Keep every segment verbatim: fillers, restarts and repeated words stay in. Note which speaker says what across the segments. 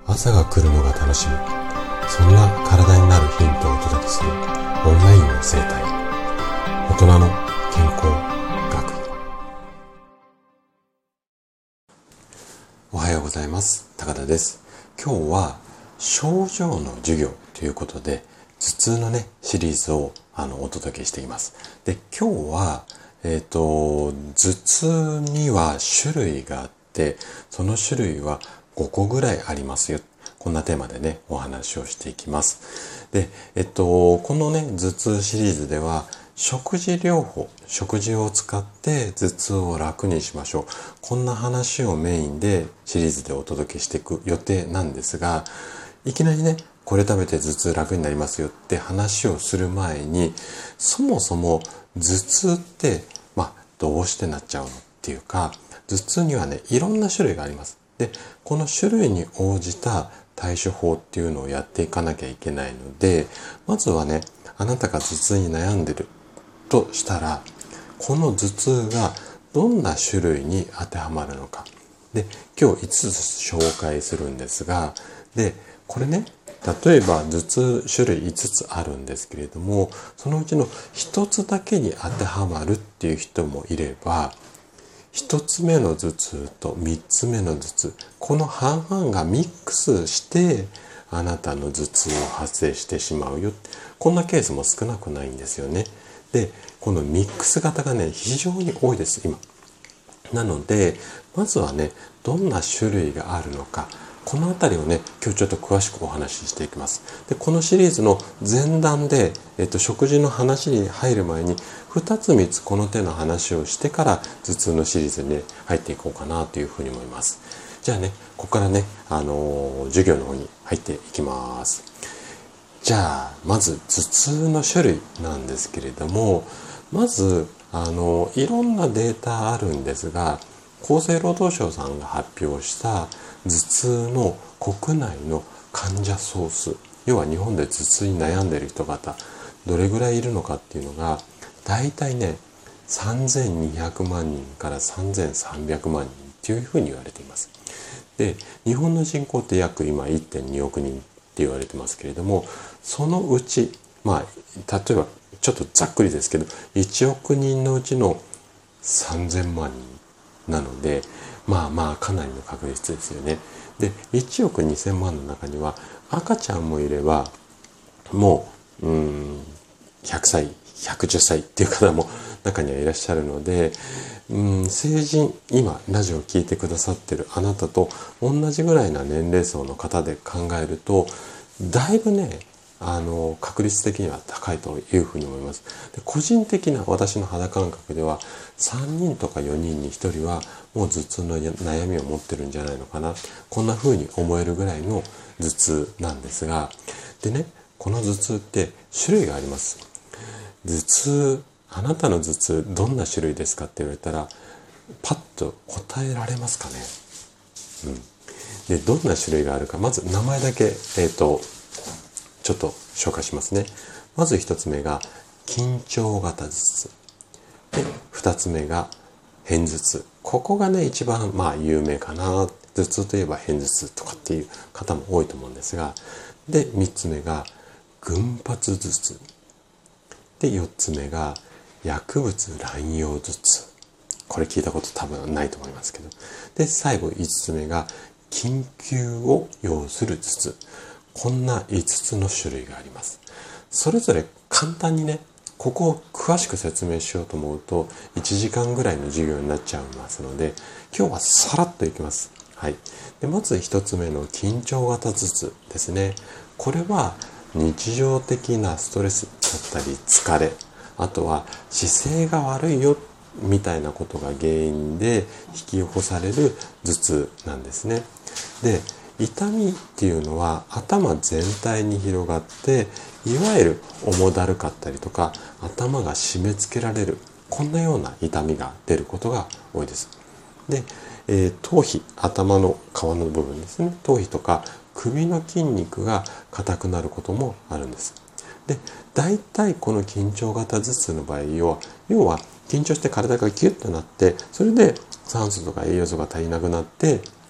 Speaker 1: 朝が来るのが楽しみ、そんな体になるヒントをお届けするオンラインの生態、大人の健康学。おはようございます。高田です。今日は症状の授業ということで、頭痛のねシリーズをあのお届けしています。で、今日はえっと頭痛には種類があって、その種類はごこぐらいありますよ。こんなテーマでねお話をしていきます。で、えっとこのね頭痛シリーズでは食事療法、食事を使って頭痛を楽にしましょう。こんな話をメインでシリーズでお届けしていく予定なんですが、いきなりねこれ食べて頭痛楽になりますよって話をする前に、そもそも頭痛ってまあどうしてなっちゃうのっていうか、頭痛にはねいろんな種類があります。で、この種類に応じた対処法っていうのをやっていかなきゃいけないので、まずはね、あなたが頭痛に悩んでるとしたら、この頭痛がどんな種類に当てはまるのか。で、今日いつつ紹介するんですが、で、これね、例えば頭痛種類いつつあるんですけれども、そのうちのひとつだけに当てはまるっていう人もいれば、一つ目の頭痛と三つ目の頭痛、この半々がミックスしてあなたの頭痛を発生してしまうよ。こんなケースも少なくないんですよね。で、このミックス型がね非常に多いです今。なのでまずはねどんな種類があるのか、このあたりをね今日ちょっと詳しくお話ししていきます。で、このシリーズの前段で、えっと、食事の話に入る前にふたつみっつこの手の話をしてから頭痛のシリーズに、ね、入っていこうかなというふうに思います。じゃあね、ここからね、あのー、授業の方に入っていきます。じゃあまず頭痛の種類なんですけれども、まずあのいろんなデータあるんですが、厚生労働省さんが発表した頭痛の国内の患者総数、要は日本で頭痛に悩んでいる人方どれぐらいいるのかっていうのが、だいたいねさんぜんにひゃくまんにんからさんぜんさんびゃくまんにんっていうふうに言われています。で、日本の人口って約今 いってんにおくにんって言われてますけれども、そのうちまあ例えばちょっとざっくりですけどいちおくにんのうちのさんぜんまんにんなので、まあまあかなりの確率ですよね。で、いちおくにせんまんの中には赤ちゃんもいれば、もう、うーんひゃくさいひゃくじゅっさいっていう方も中にはいらっしゃるので、うん、成人、今ラジオを聞いてくださってるあなたと同じぐらいな年齢層の方で考えると、だいぶねあの確率的には高いというふうに思います。で、個人的な私の肌感覚ではさんにんとかよにんにひとりはもう頭痛の悩みを持ってるんじゃないのかな、こんなふうに思えるぐらいの頭痛なんですが、でね、この頭痛って種類があります。頭痛、あなたの頭痛どんな種類ですかって言われたらパッと答えられますかね。うん、で、どんな種類があるか、まず名前だけ、えーとちょっと紹介しますね。まず一つ目が緊張型頭痛で、二つ目が片頭痛。ここがね一番まあ有名かな。頭痛といえば片頭痛とかっていう方も多いと思うんですが、で三つ目が群発頭痛で、四つ目が薬物乱用頭痛。これ聞いたこと多分ないと思いますけど、で最後五つ目が緊急を要する頭痛。こんないつつの種類があります。それぞれ簡単にね、ここを詳しく説明しようと思うといちじかんぐらいの授業になっちゃいますので、今日はさらっといきます。はい。で、まず一つ目の緊張型頭痛ですね。これは日常的なストレスだったり疲れ、あとは姿勢が悪いよみたいなことが原因で引き起こされる頭痛なんですね。で、痛みっていうのは頭全体に広がって、いわゆる重だるかったりとか頭が締め付けられる、こんなような痛みが出ることが多いです。で、えー、頭皮、頭の皮の部分ですね、頭皮とか首の筋肉が硬くなることもあるんです。で、大体この緊張型頭痛の場合要は要は緊張して体がギュッとなって、それで酸素とか栄養素が足りなくなって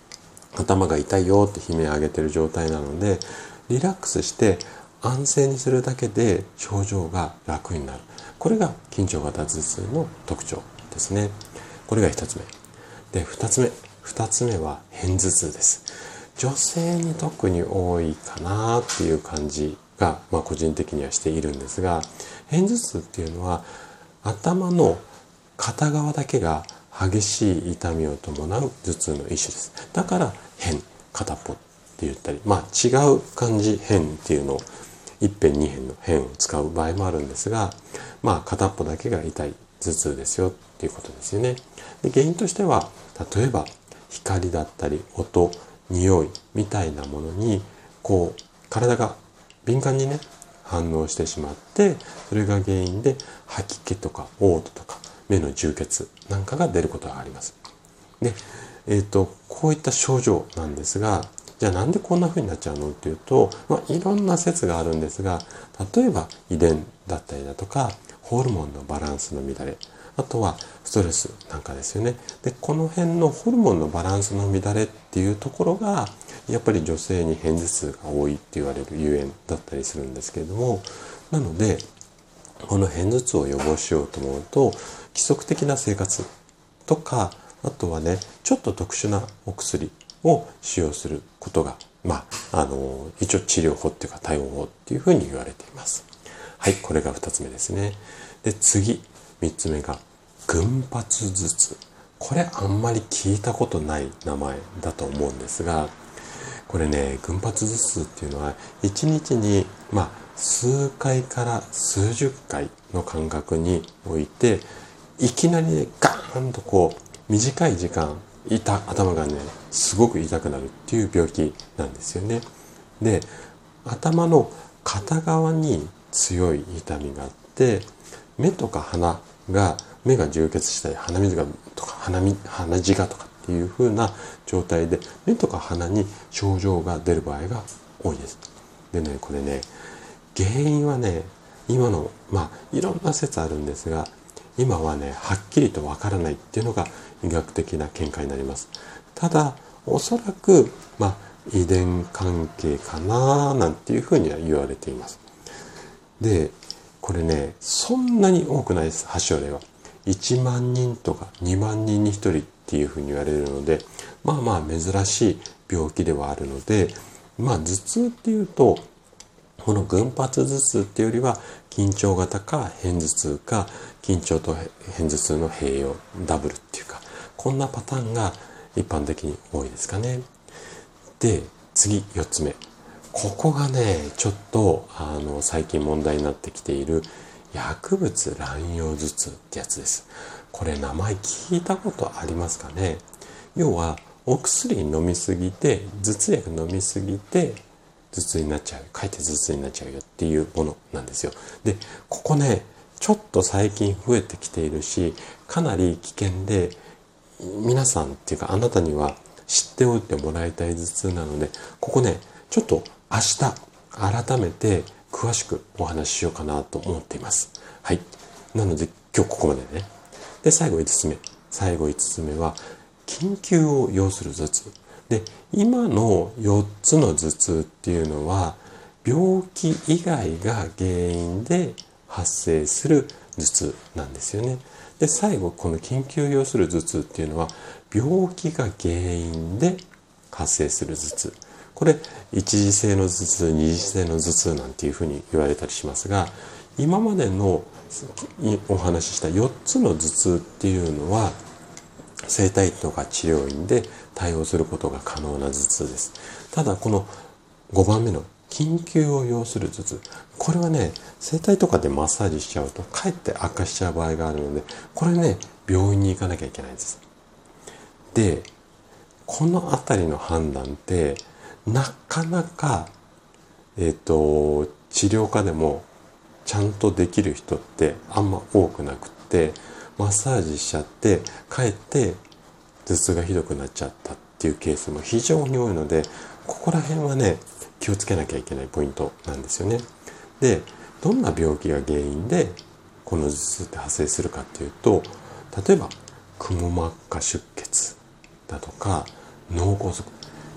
Speaker 1: 頭が痛いよって悲鳴を上げている状態なので、リラックスして安静にするだけで症状が楽になる。これが緊張型頭痛の特徴ですね。これが一つ目で、二つ目二つ目は片頭痛です。女性に特に多いかなっていう感じが、まあ、個人的にはしているんですが、片頭痛っていうのは頭の片側だけが激しい痛みを伴う頭痛の一種です。だから片、片っぽって言ったり、まあ違う漢字片っていうのを一辺二辺の片を使う場合もあるんですが、まあ片っぽだけが痛い頭痛ですよっていうことですよね。で、原因としては例えば光だったり音、匂いみたいなものにこう体が敏感にね反応してしまって、それが原因で吐き気とか嘔吐とか目の充血なんかが出ることがあります。で、えーと、こういった症状なんですが、じゃあなんでこんな風になっちゃうのっていうと、まあ、いろんな説があるんですが、例えば遺伝だったりだとか、ホルモンのバランスの乱れ、あとはストレスなんかですよね。で、この辺のホルモンのバランスの乱れっていうところが、やっぱり女性に片頭痛が多いって言われるゆえんだったりするんですけれども、なので、この片頭痛を予防しようと思うと、規則的な生活とか、あとはね、ちょっと特殊なお薬を使用することが、まあ、あの、一応治療法っていうか対応法っていうふうに言われています。はい、これが二つ目ですね。で、次、三つ目が、群発頭痛。これあんまり聞いたことない名前だと思うんですが、これね、群発頭痛っていうのは、一日に、まあ、数回から数十回の間隔において、いきなりね、ガーンとこう、短い時間、痛頭がね、すごく痛くなるっていう病気なんですよね。で、頭の片側に強い痛みがあって、目とか鼻が、目が充血したり、鼻水がとか鼻み、鼻血がとかっていう風な状態で、目とか鼻に症状が出る場合が多いです。でね、これね、原因はね、今の、まあ、いろんな説あるんですが、今はね、はっきりとわからないっていうのが医学的な見解になります。ただ、おそらく、まあ、遺伝関係かななんていうふうには言われています。で、これね、そんなに多くないです、発症例は。いちまんにんとかにまんにんにひとりっていうふうに言われるので、まあまあ珍しい病気ではあるので、まあ頭痛っていうと、この群発頭痛っていうよりは緊張型か片頭痛か緊張と片頭痛の併用ダブルっていうか、こんなパターンが一般的に多いですかね。で、次よっつめ、ここがねちょっとあの最近問題になってきている薬物乱用頭痛ってやつです。これ名前聞いたことありますかね。要はお薬飲みすぎて、頭痛薬飲みすぎて頭痛になっちゃう、かえって頭痛になっちゃうよっていうものなんですよ。で、ここね、ちょっと最近増えてきているし、かなり危険で、皆さんっていうかあなたには知っておいてもらいたい頭痛なので、ここね、ちょっと明日改めて詳しくお話ししようかなと思っています。はい。なので今日ここまでね。で、最後いつつめ。最後いつつめは、緊急を要する頭痛。で、今のよっつの頭痛っていうのは、病気以外が原因で発生する頭痛なんですよね。で、最後、この緊急を要する頭痛っていうのは、病気が原因で発生する頭痛。これ、一次性の頭痛、二次性の頭痛なんていうふうに言われたりしますが、今までのお話ししたよっつの頭痛っていうのは、整体とか治療院で対応することが可能な頭痛です。ただこのごばんめの緊急を要する頭痛、これはね、整体とかでマッサージしちゃうとかえって悪化しちゃう場合があるので、これね、病院に行かなきゃいけないんです。で、このあたりの判断ってなかなかえっと治療科でもちゃんとできる人ってあんま多くなくって、マッサージしちゃってかえって頭痛がひどくなっちゃったっていうケースも非常に多いので、ここら辺はね、気をつけなきゃいけないポイントなんですよね。で、どんな病気が原因でこの頭痛って発生するかっていうと、例えばくも膜下出血だとか脳梗塞、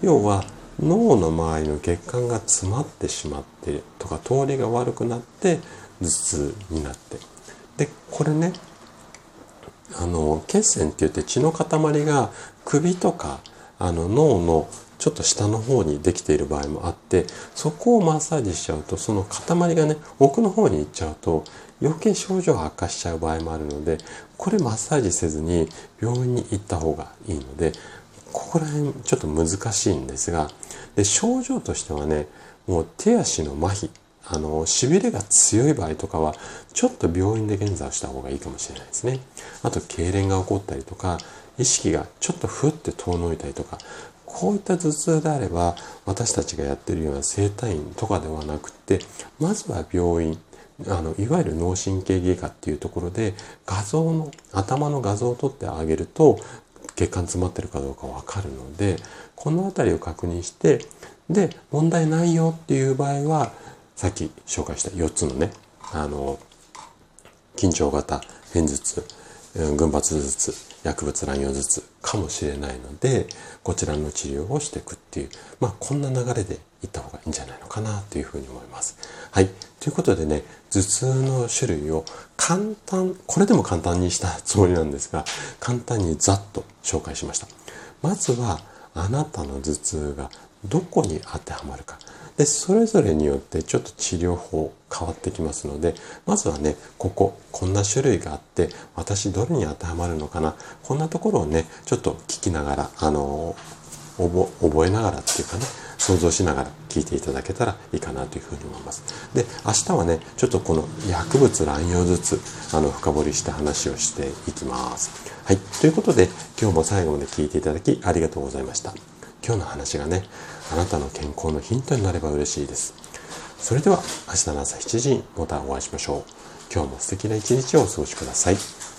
Speaker 1: 要は脳の周りの血管が詰まってしまってとか、通りが悪くなって頭痛になって、でこれね、あの血栓って言って血の塊が首とかあの脳のちょっと下の方にできている場合もあって、そこをマッサージしちゃうと、その塊がね奥の方に行っちゃうと余計症状が悪化しちゃう場合もあるので、これマッサージせずに病院に行った方がいいので、ここら辺ちょっと難しいんですが、で症状としてはね、もう手足の麻痺、あの痺れが強い場合とかはちょっと病院で検査をした方がいいかもしれないですね。あと痙攣が起こったりとか、意識がちょっとふって遠のいたりとか、こういった頭痛であれば、私たちがやってるような整体院とかではなくて、まずは病院、あのいわゆる脳神経外科っていうところで画像の頭の画像を撮ってあげると血管詰まってるかどうかわかるので、この辺りを確認して、で問題ないよっていう場合はさっき紹介したよっつのね、あの緊張型片頭痛、群発頭痛、薬物乱用頭痛かもしれないので、こちらの治療をしていくっていう、まあこんな流れでいった方がいいんじゃないのかなというふうに思います。はい。ということでね、頭痛の種類を簡単、これでも簡単にしたつもりなんですが、簡単にざっと紹介しました。まずはあなたの頭痛がどこに当てはまるか。で、それぞれによってちょっと治療法変わってきますので、まずはね、ここ、こんな種類があって、私どれに当てはまるのかな。こんなところをね、ちょっと聞きながら、あの、覚、覚えながらっていうかね、想像しながら聞いていただけたらいいかなというふうに思います。で、明日はね、ちょっとこの薬物乱用頭痛、あの、深掘りして話をしていきます。はい。ということで、今日も最後まで聞いていただきありがとうございました。今日の話がね、あなたの健康のヒントになれば嬉しいです。それでは明日の朝しちじにまたお会いしましょう。今日も素敵な一日をお過ごしください。